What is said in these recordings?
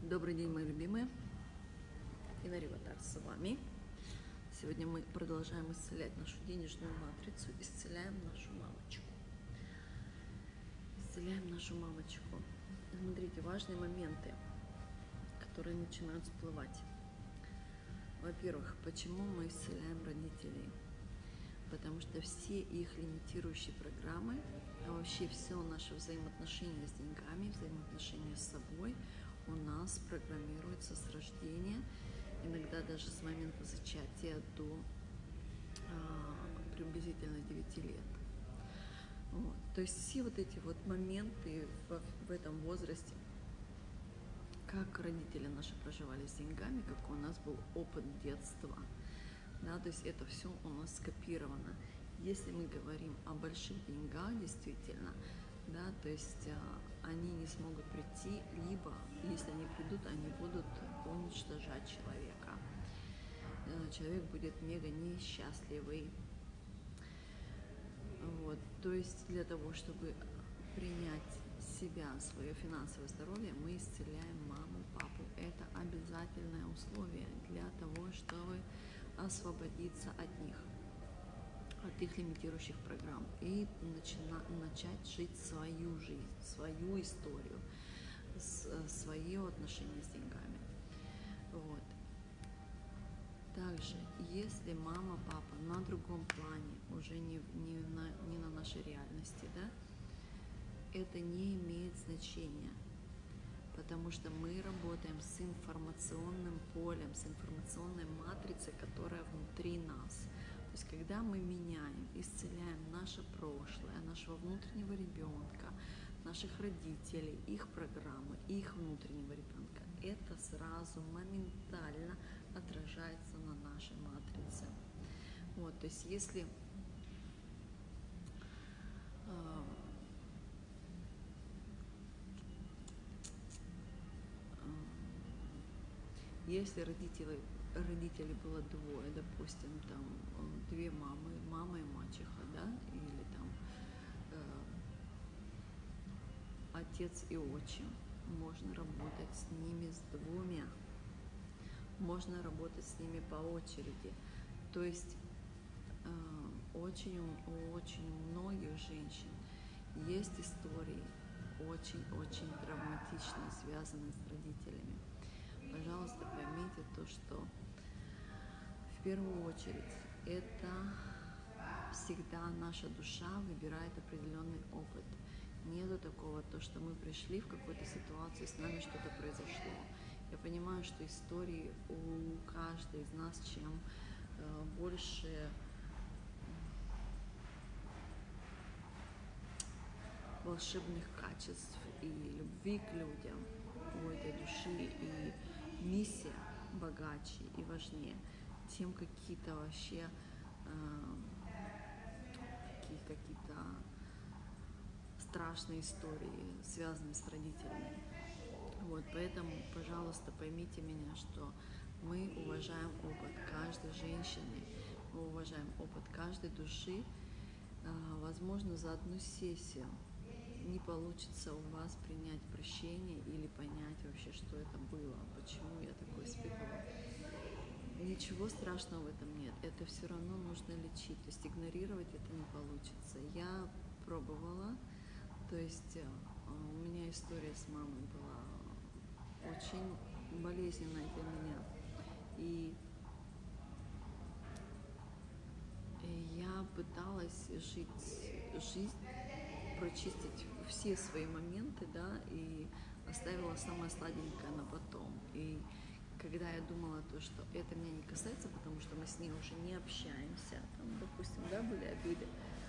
Добрый день, мои любимые. Инна с вами. Сегодня мы продолжаем исцелять нашу денежную матрицу, исцеляем нашу мамочку. Исцеляем нашу мамочку. Смотрите, важные моменты, которые начинают всплывать. Во-первых, почему мы исцеляем родителей? Потому что все их лимитирующие программы, а вообще все наше взаимоотношения с деньгами, взаимоотношения с собой у нас программируется с рождения, иногда даже с момента зачатия до приблизительно 9 лет. Вот. То есть все вот эти вот моменты в этом возрасте, как родители наши проживали с деньгами, какой у нас был опыт детства, да, то есть это все у нас скопировано. Если мы говорим о больших деньгах, действительно, да, то есть они не смогут прийти, либо, если они придут, они будут уничтожать человека. Человек будет мега несчастливый. Вот. То есть для того, чтобы принять себя, свое финансовое здоровье, мы исцеляем маму, папу. Это обязательное условие для того, чтобы освободиться от них, от их лимитирующих программ и начать жить свою жизнь, свою историю, свое отношение с деньгами. Вот. Также, если мама, папа на другом плане, уже не на нашей реальности, да, это не имеет значения, потому что мы работаем с информационным полем, с информационной матрицей, которая внутри нас. То есть, когда мы меняем, исцеляем наше прошлое, нашего внутреннего ребенка, наших родителей, их программы, их внутреннего ребенка, это сразу моментально отражается на нашей матрице. Вот, то есть, если родителей было двое, допустим, там две мамы, мама и мачеха, да, или там отец и отчим, можно работать с ними с двумя, можно работать с ними по очереди. То есть у очень многих женщин есть истории очень травматичные, связанные с родителями. Пожалуйста, поймите то, что в первую очередь это всегда наша душа выбирает определенный опыт. Нету такого, то, что мы пришли в какой-то ситуации, с нами что-то произошло. Я понимаю, что истории у каждой из нас, чем больше волшебных качеств и любви к людям у этой души, и миссия богаче и важнее, тем какие-то вообще какие-то страшные истории, связанные с родителями. Вот, поэтому, пожалуйста, поймите меня, что мы уважаем опыт каждой женщины, мы уважаем опыт каждой души. Возможно, за одну сессию не получится у вас принять прощение или понять вообще, что это было, почему я такое испытывала. Ничего страшного в этом нет, это все равно нужно лечить, то есть игнорировать это не получится. Я пробовала, то есть у меня история с мамой была очень болезненная для меня, и я пыталась жизнь, прочистить все свои моменты, да, и оставила самое сладенькое на потом. И когда я думала то, что это меня не касается, потому что мы с ней уже не общаемся, там, допустим, да, были обиды,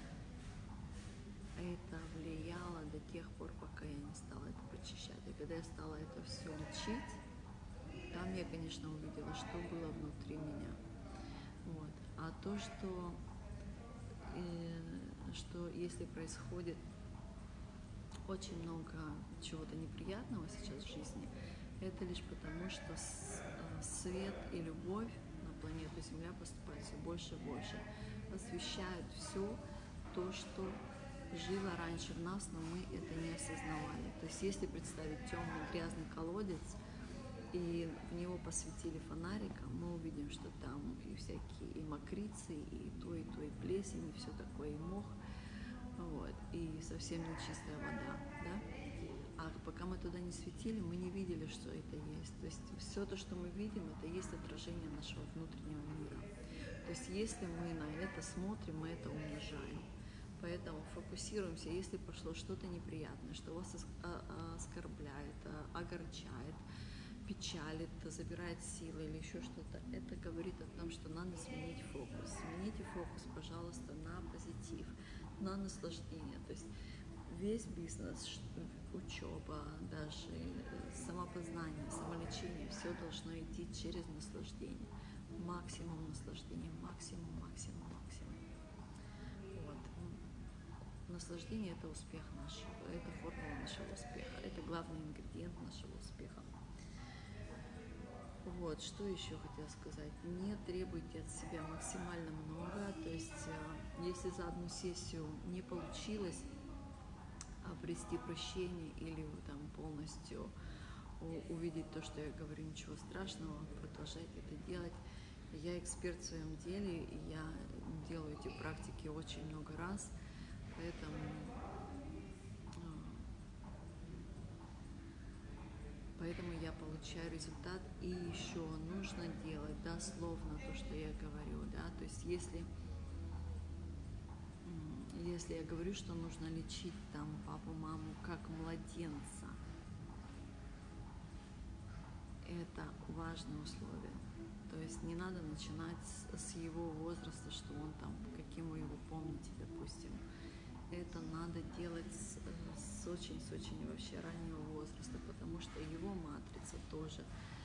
это влияло до тех пор, пока я не стала это прочищать. И когда я стала это все лечить, там я, конечно, увидела, что было внутри меня. Вот. А то, что если происходит очень много чего-то неприятного сейчас в жизни, это лишь потому, что свет и любовь на планету Земля поступает все больше и больше, освещают все то, что жило раньше в нас, но мы это не осознавали. То есть если представить темный грязный колодец, и в него посветили фонариком, мы увидим, что там и всякие и мокрицы, и то, и плесень, и все такое, и мох, вот, и совсем нечистая вода, да? А пока мы туда не светили, мы не видели, что это есть. То есть все то, что мы видим, это есть отражение нашего внутреннего мира. То есть если мы на это смотрим, мы это умножаем. Поэтому фокусируемся, если пошло что-то неприятное, что вас оскорбляет, огорчает, печалит, забирает силы или еще что-то, это говорит о том, что надо сменить фокус. Смените фокус, пожалуйста, на позитив, на наслаждение. То есть весь бизнес, учеба, даже самопознание, самолечение, все должно идти через наслаждение. Максимум наслаждения, максимум, максимум, максимум. Вот. Наслаждение – это успех наш, это формула нашего успеха, это главный ингредиент нашего успеха. Вот, что еще хотела сказать. Не требуйте от себя максимально много, то есть если за одну сессию не получилось обрести прощение или там полностью увидеть то, что я говорю, ничего страшного, продолжайте это делать. Я эксперт в своем деле, и я делаю эти практики очень много раз, поэтому я получаю результат. И еще нужно делать дословно то, что я говорю, да, то есть если я говорю, что нужно лечить там папу, маму как младенца, это важное условие. То есть не надо начинать с его возраста, что он там, каким вы его помните, допустим. Это надо делать с очень вообще раннего возраста, потому что его матрица тоже,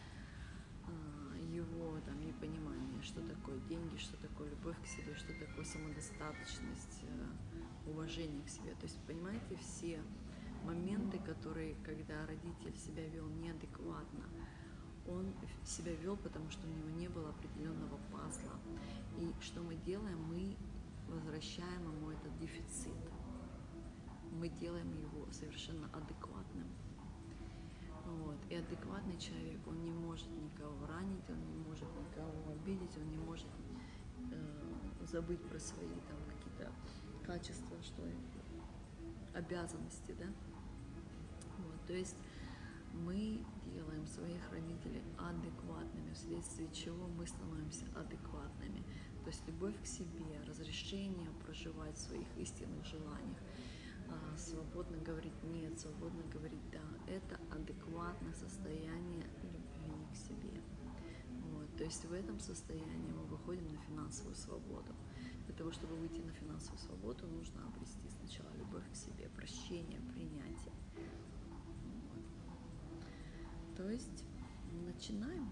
его там непонимание, что такое деньги, что такое любовь к себе, что такое самодостаточность, уважение к себе. То есть, понимаете, все моменты, которые, когда родитель себя вел неадекватно, он себя вел, потому что у него не было определенного пазла. И что мы делаем? Мы возвращаем ему этот дефицит. Мы делаем его совершенно адекватным. Вот. И адекватный человек, он не может никого ранить, он не может никого обидеть, он не может забыть про свои там какие-то качества, что обязанности, да. Вот. То есть мы делаем своих родителей адекватными, вследствие чего мы становимся адекватными. То есть любовь к себе, разрешение проживать в своих истинных желаниях, свободно говорить нет, свободно говорить да. Это адекватное состояние любви к себе. Вот. То есть в этом состоянии мы выходим на финансовую свободу. Для того, чтобы выйти на финансовую свободу, нужно обрести сначала любовь к себе, прощение, принятие. Вот. То есть начинаем.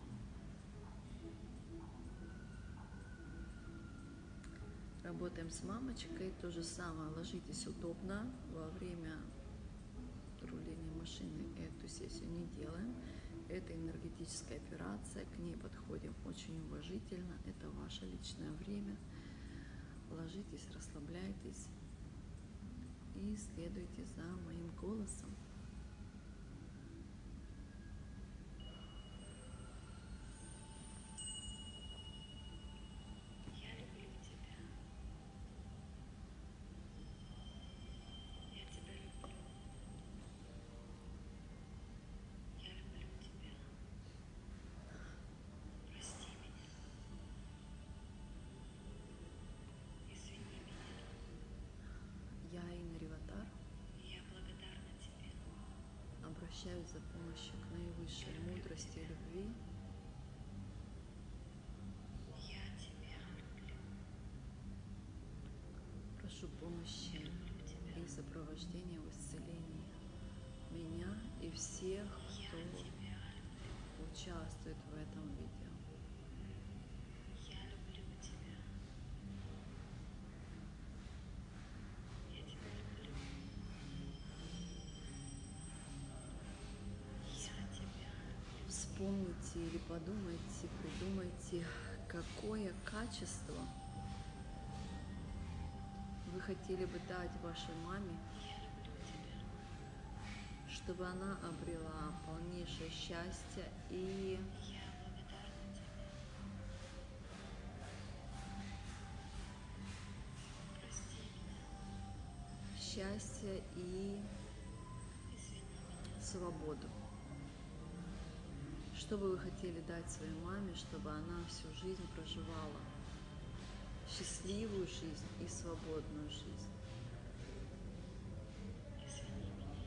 Работаем с мамочкой, то же самое, ложитесь удобно, во время руления машины эту сессию не делаем, это энергетическая операция, к ней подходим очень уважительно, это ваше личное время, ложитесь, расслабляйтесь и следуйте за моим голосом. Обращаюсь за помощью к наивысшей мудрости и любви. Прошу помощи и сопровождения в исцелении меня и всех, кто участвует в этом видео. Вспомните или подумайте, придумайте, какое качество вы хотели бы дать вашей маме, чтобы она обрела полнейшее счастье и Я благодарна тебе. Прости меня. счастье и Извини меня. свободу. Что бы вы хотели дать своей маме, чтобы она всю жизнь проживала счастливую жизнь и свободную жизнь? Извини меня.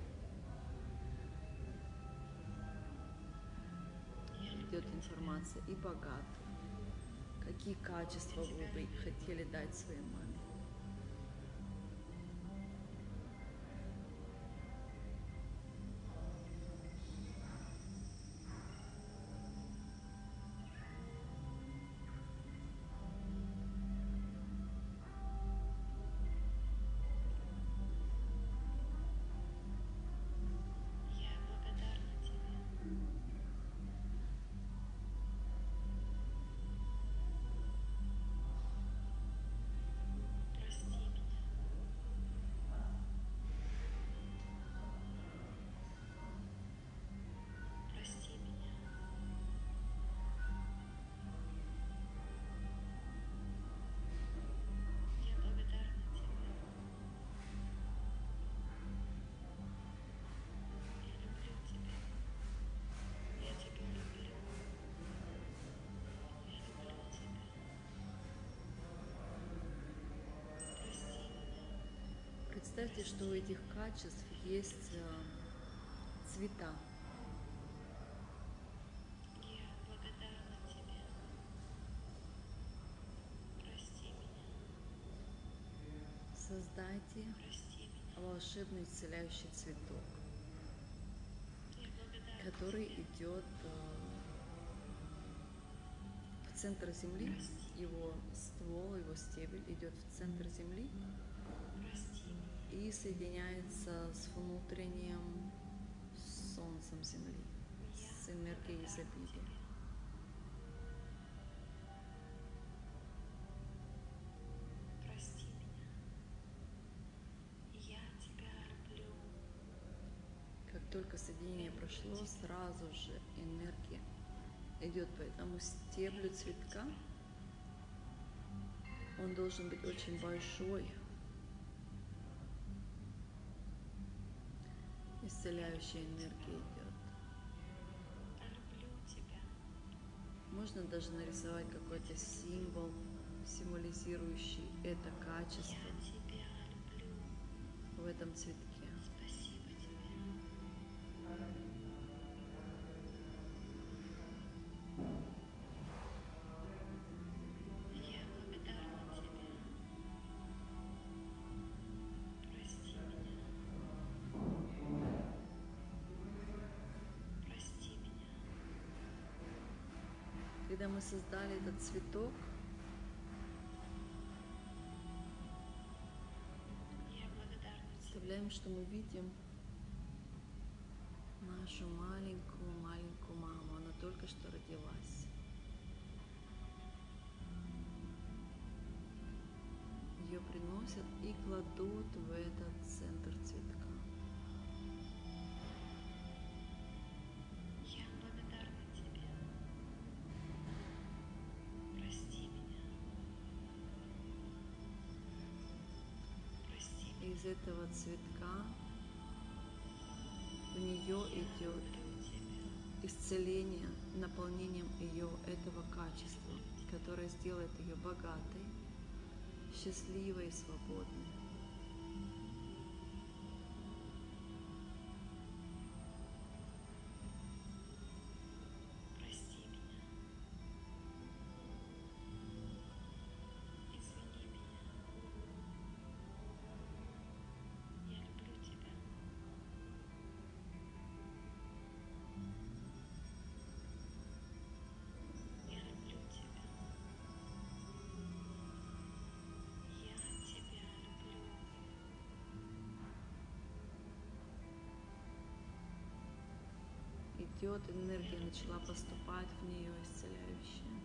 Я люблю Идет информация и богатую. Какие качества Я тебя вы бы люблю. хотели дать своей маме? Я благодарна тебе. Прости меня. Прости меня. Я благодарна тебе. Я люблю тебя. Я тебя люблю. Я люблю тебя. Прости меня. Представьте, что у Прости этих меня. качеств Я люблю есть тебя. цвета. Я благодарна тебе. Прости меня. Создайте Прости меня. волшебный исцеляющий цветок, Я благодарна который тебе. идет в центр земли. Прости меня. Его ствол, его стебель идет в центр земли Прости меня. и соединяется с внутренним солнцем земли, Я с энергией благодарна изобилия. тебе. Прости меня. Я тебя люблю. Как только соединение прошло, сразу же энергия идет по этому стеблю цветка. Он должен быть очень большой. Исцеляющая энергия идет. Люблю тебя. Можно даже нарисовать какой-то символ, символизирующий это качество Я тебя люблю. в этом цветке. Спасибо тебе. Я благодарна тебе. Прости меня. Прости меня. Когда мы создали этот цветок, Я благодарна тебе. представляем, что мы видим нашу маленькую-маленькую маму. Она только что родилась. Ее приносят и кладут в этот центр цветка. Я благодарна тебе. Прости меня. Прости И меня. из этого цветка в нее Я идет люблю тебя. исцеление наполнением ее этого качества, которое сделает ее богатой, счастливой и свободной. Прости меня. Извини меня. Я люблю тебя. Я люблю тебя. Я тебя люблю. Идет энергия, начала поступать в нее исцеляющая.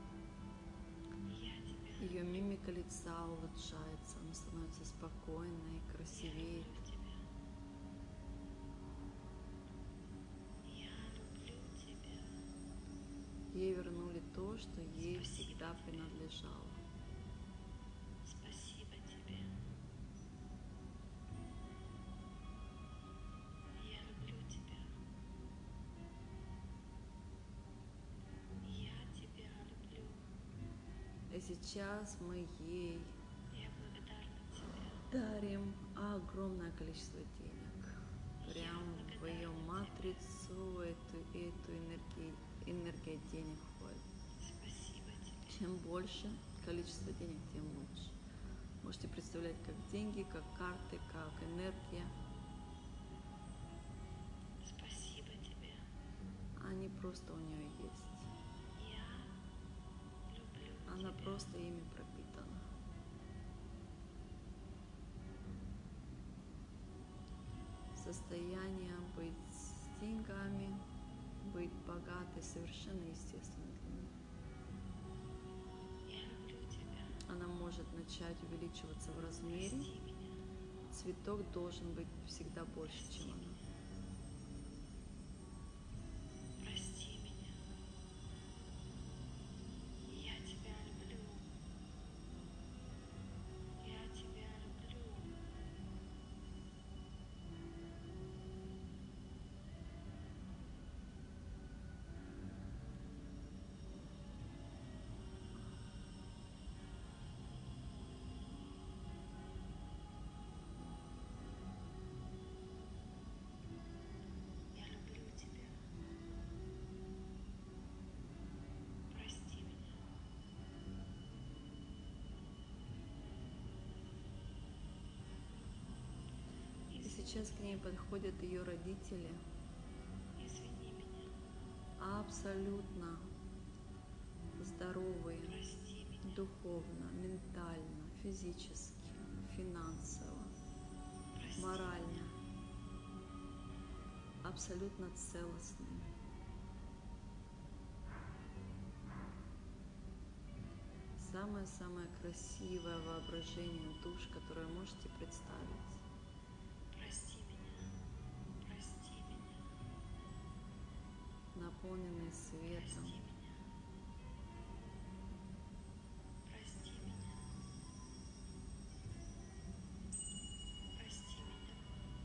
Я тебя Ее люблю. мимика лица улучшается, она становится спокойной, Я красивеет. люблю тебя. что ей Спасибо всегда тебе. принадлежало. Спасибо тебе. Я люблю тебя. Я тебя люблю. И сейчас мы ей Я благодарна тебе. дарим огромное количество денег. Я Прям в ее благодарна матрицу эту энергия денег входит. тебе. Спасибо тебе. Чем больше количество денег, тем лучше. Можете представлять как деньги, как карты, как энергия. Спасибо тебе. Они просто у нее есть. Я люблю Она тебя. просто ими пропитана. Состояние быть с деньгами, быть богатой совершенно естественно для нее. Я люблю тебя. Она может начать увеличиваться в размере. Прости меня. Цветок должен быть всегда больше, чем она. Прости меня. Я тебя люблю. Я тебя люблю. Я люблю тебя. Прости меня. И сейчас к ней подходят ее родители, Извини меня. абсолютно здоровые, Прости меня. духовно, ментально, физически, финансово, Прости морально, меня. абсолютно целостные. Самое-самое красивое воображение душ, которое можете представить. Прости меня. Прости меня. Наполненные светом, Прости меня. Прости меня. Прости меня.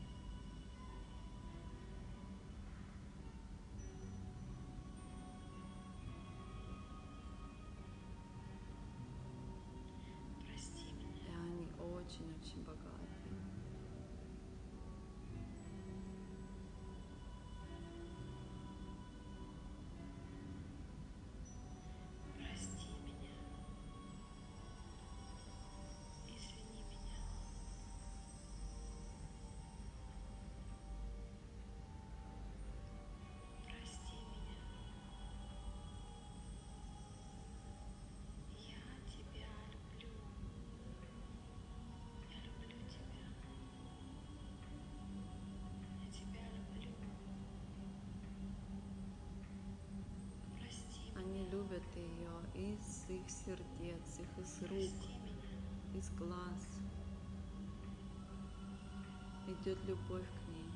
Прости и меня. они очень-очень богатые. Прости меня. Извини меня. Прости меня. Я тебя люблю. Я люблю тебя. Я тебя люблю. Прости Они меня. любят ее из их сердец, их из рук, Прости меня. из глаз. Идет любовь к ней.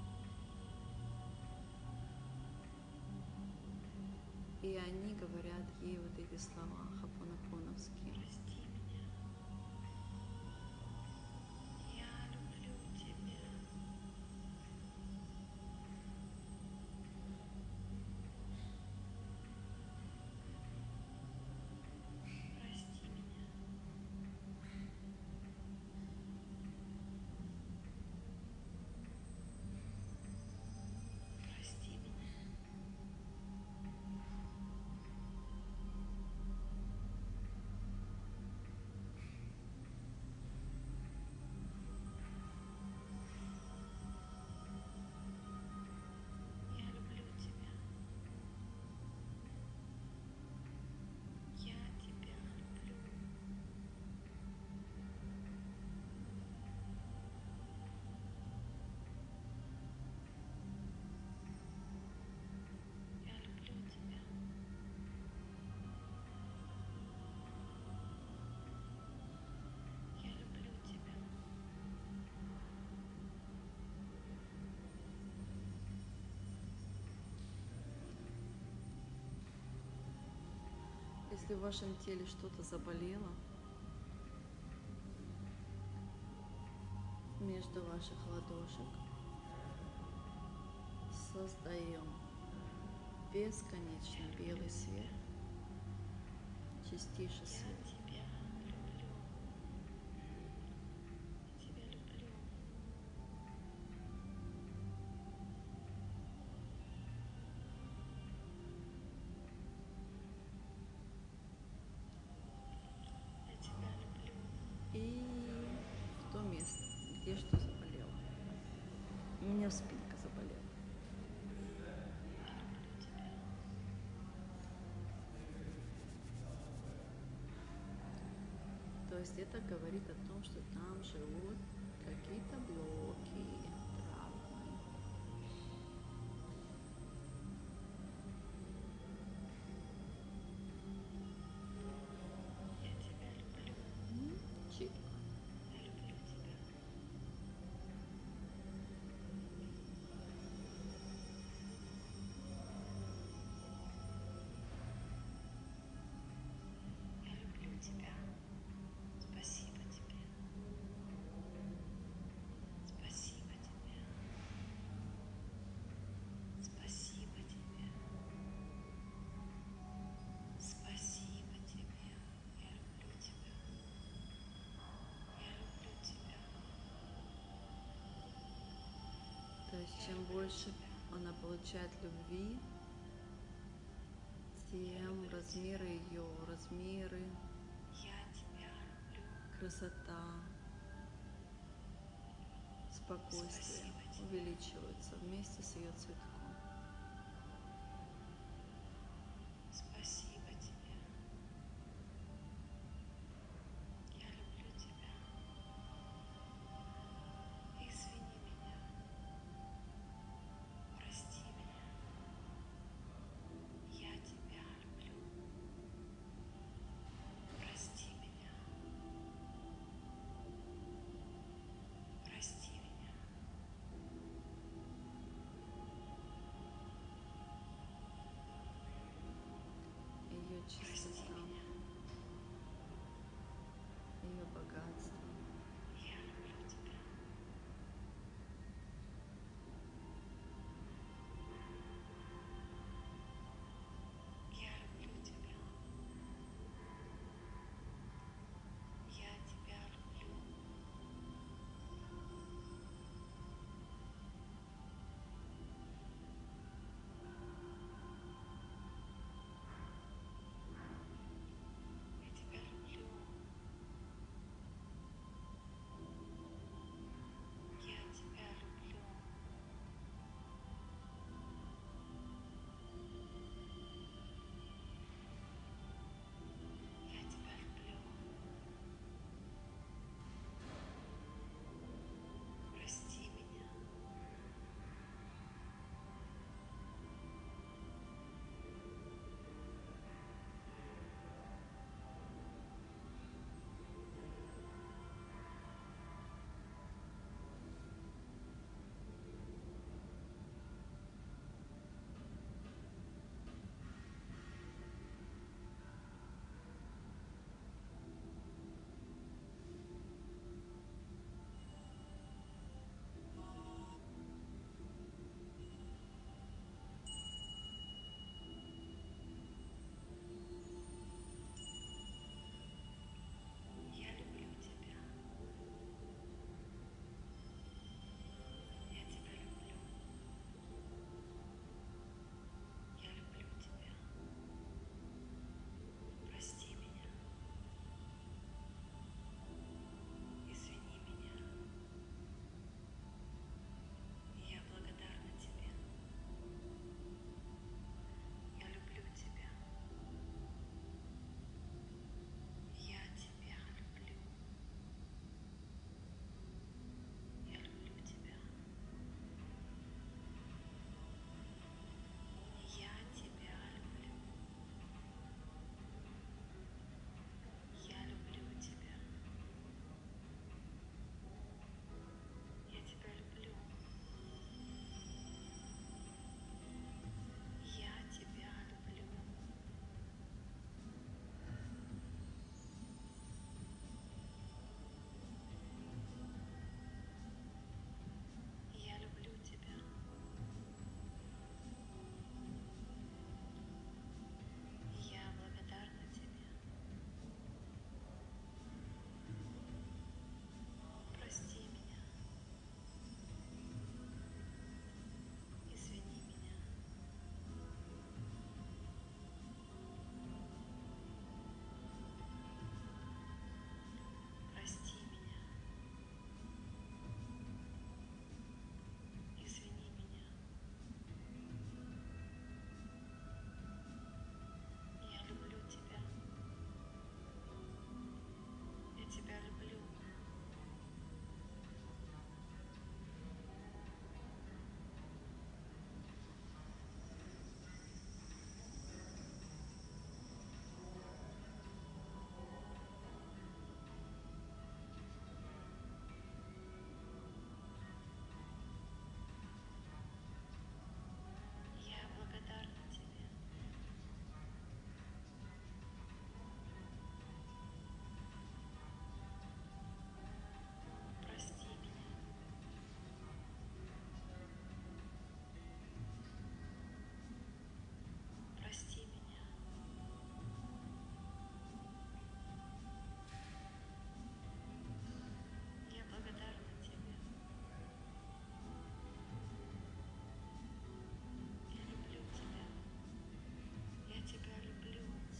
И они говорят ей вот эти слова хапонапоновские. Прости меня. Я люблю тебя. Прости меня. Прости меня. Если в вашем теле что-то заболело, между ваших ладошек создаем бесконечно белый свет, чистейший Я свет. тебя люблю. Я тебя люблю. Я тебя люблю. И в то место, где что заболело. У меня спинка заболела. Я люблю тебя. То есть это говорит о том, что там живут какие-то блоки, травмы. Я тебя люблю. Чик. Я люблю тебя. Я люблю тебя. Спасибо тебе. Спасибо тебе. Спасибо тебе. Спасибо тебе. Я люблю тебя. Я люблю тебя. То есть чем больше она получает любви, тем размеры ее, размеры, Я тебя люблю. красота, спокойствие Спасибо тебе. увеличиваются вместе с ее цветком. Спасибо тебе. Я люблю тебя. Извини меня. Прости меня. Я тебя люблю. Прости меня. Прости меня.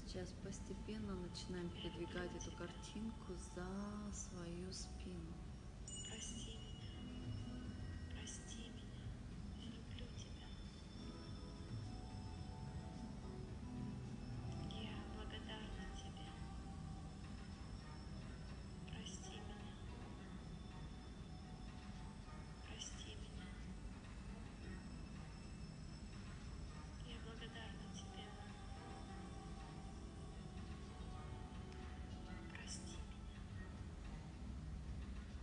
Сейчас постепенно начинаем передвигать эту картинку за свою спину. Прости меня. Прости меня. Я люблю тебя. Я благодарна тебе. Прости меня. Прости меня. Я благодарна тебе. Прости меня.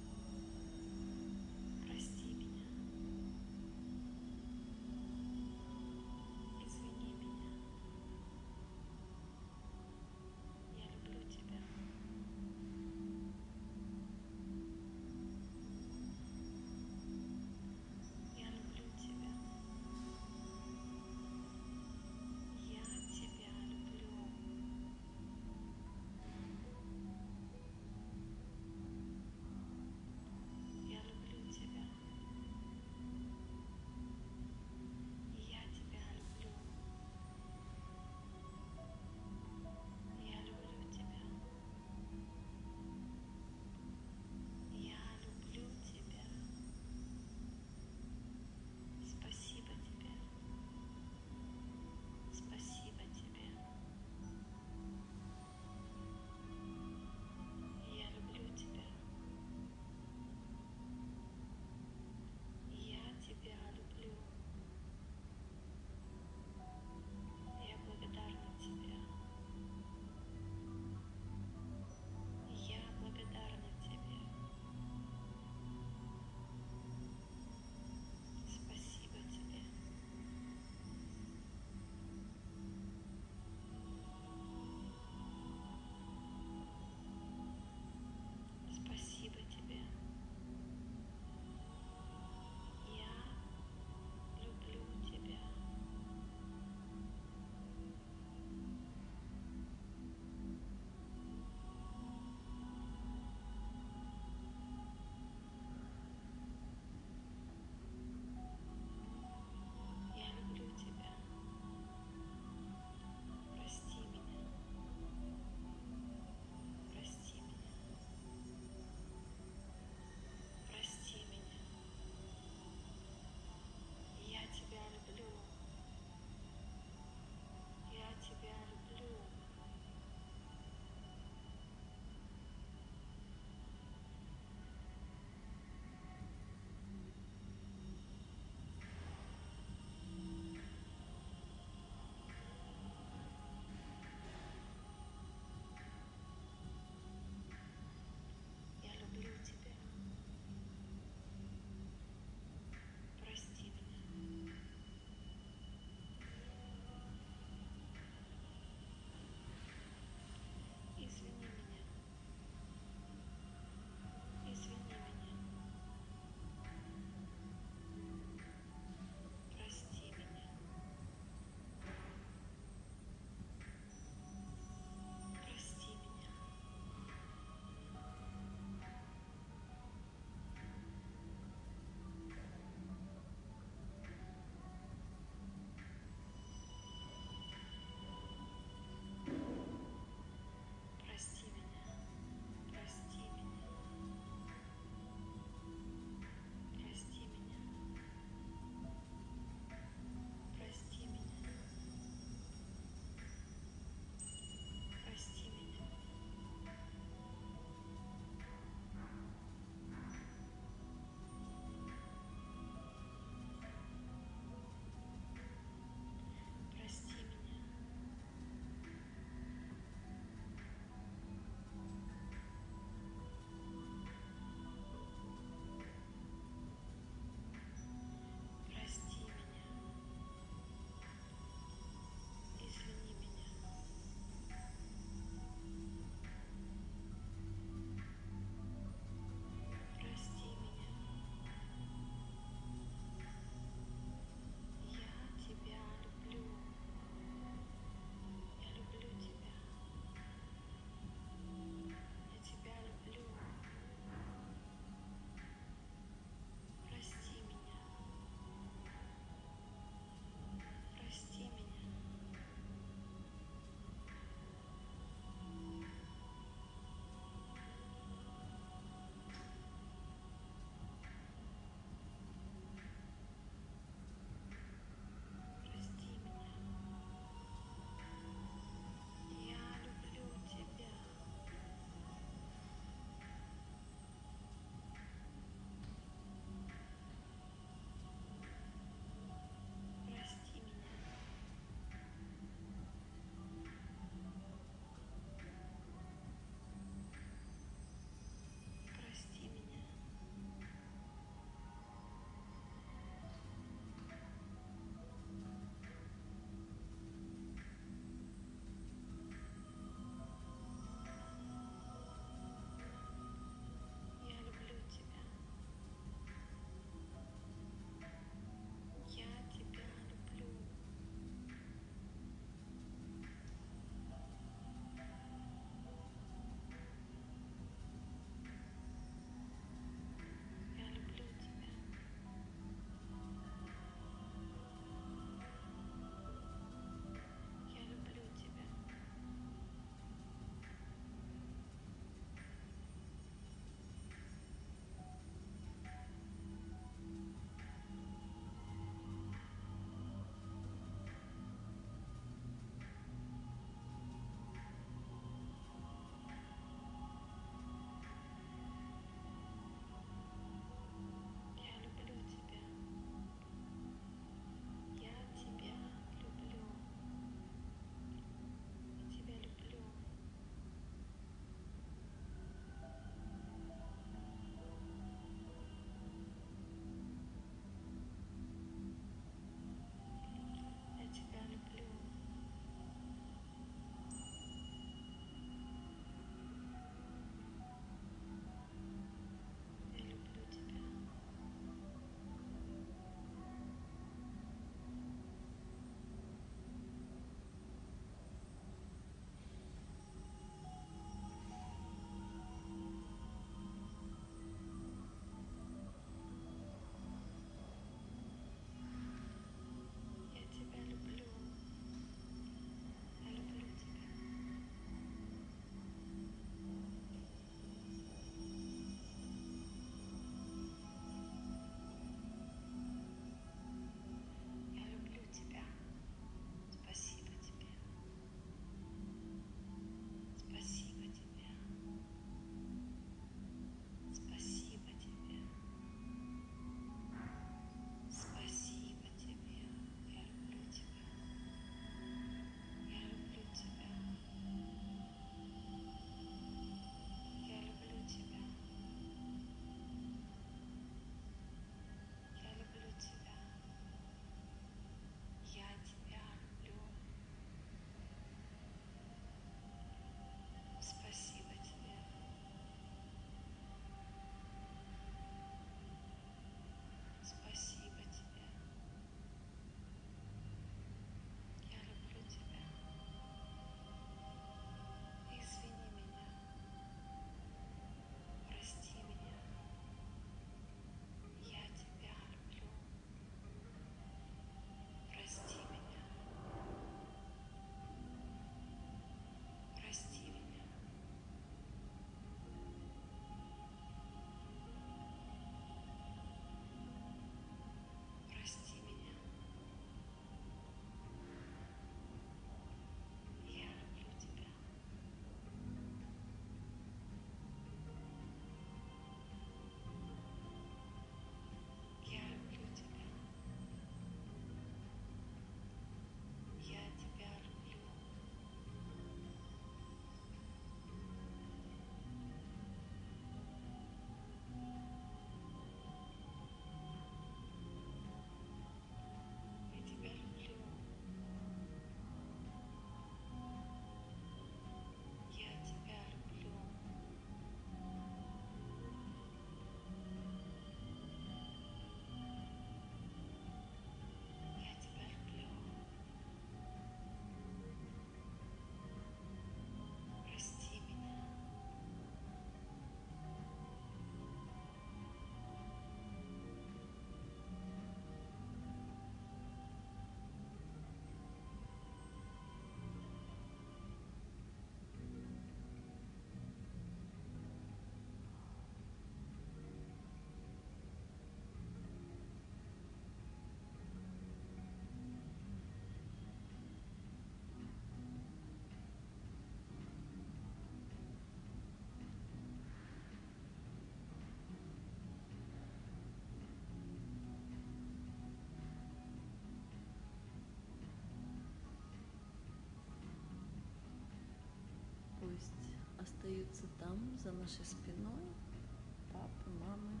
находится там, за нашей спиной, папы, мамы.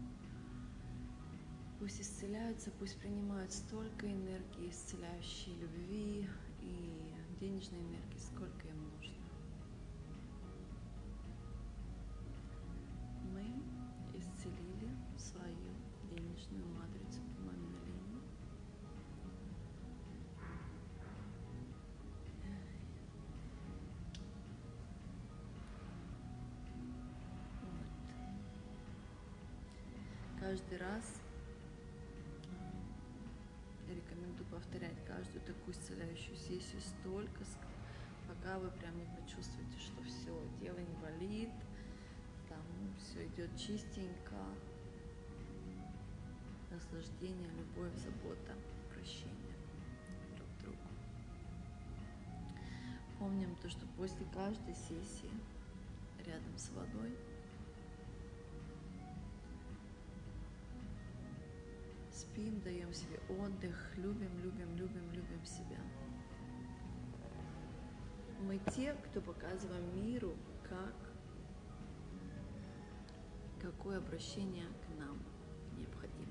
Пусть исцеляются, пусть принимают столько энергии, исцеляющей любви и денежной энергии, сколько им нужно. Мы исцелили свою денежную матрицу по маминой линии. Вот. Каждый раз я рекомендую повторять каждую такую исцеляющую сессию столько, пока вы прям не почувствуете, что все, тело не болит, там все идет чистенько. Наслаждение, любовь, забота, прощение друг к другу. Помним то, что после каждой сессии рядом с водой спим, даем себе отдых, любим, любим, любим, любим себя. Мы те, кто показываем миру, какое обращение к нам необходимо.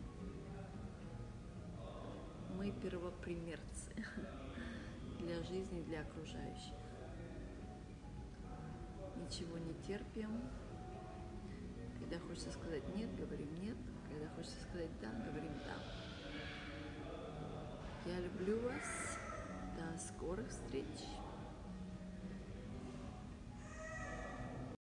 Мы первопримерцы для жизни, для окружающих. Ничего не терпим. Когда хочется сказать нет, говорим нет. Когда хочется сказать да, говорим да. Я люблю вас. До скорых встреч.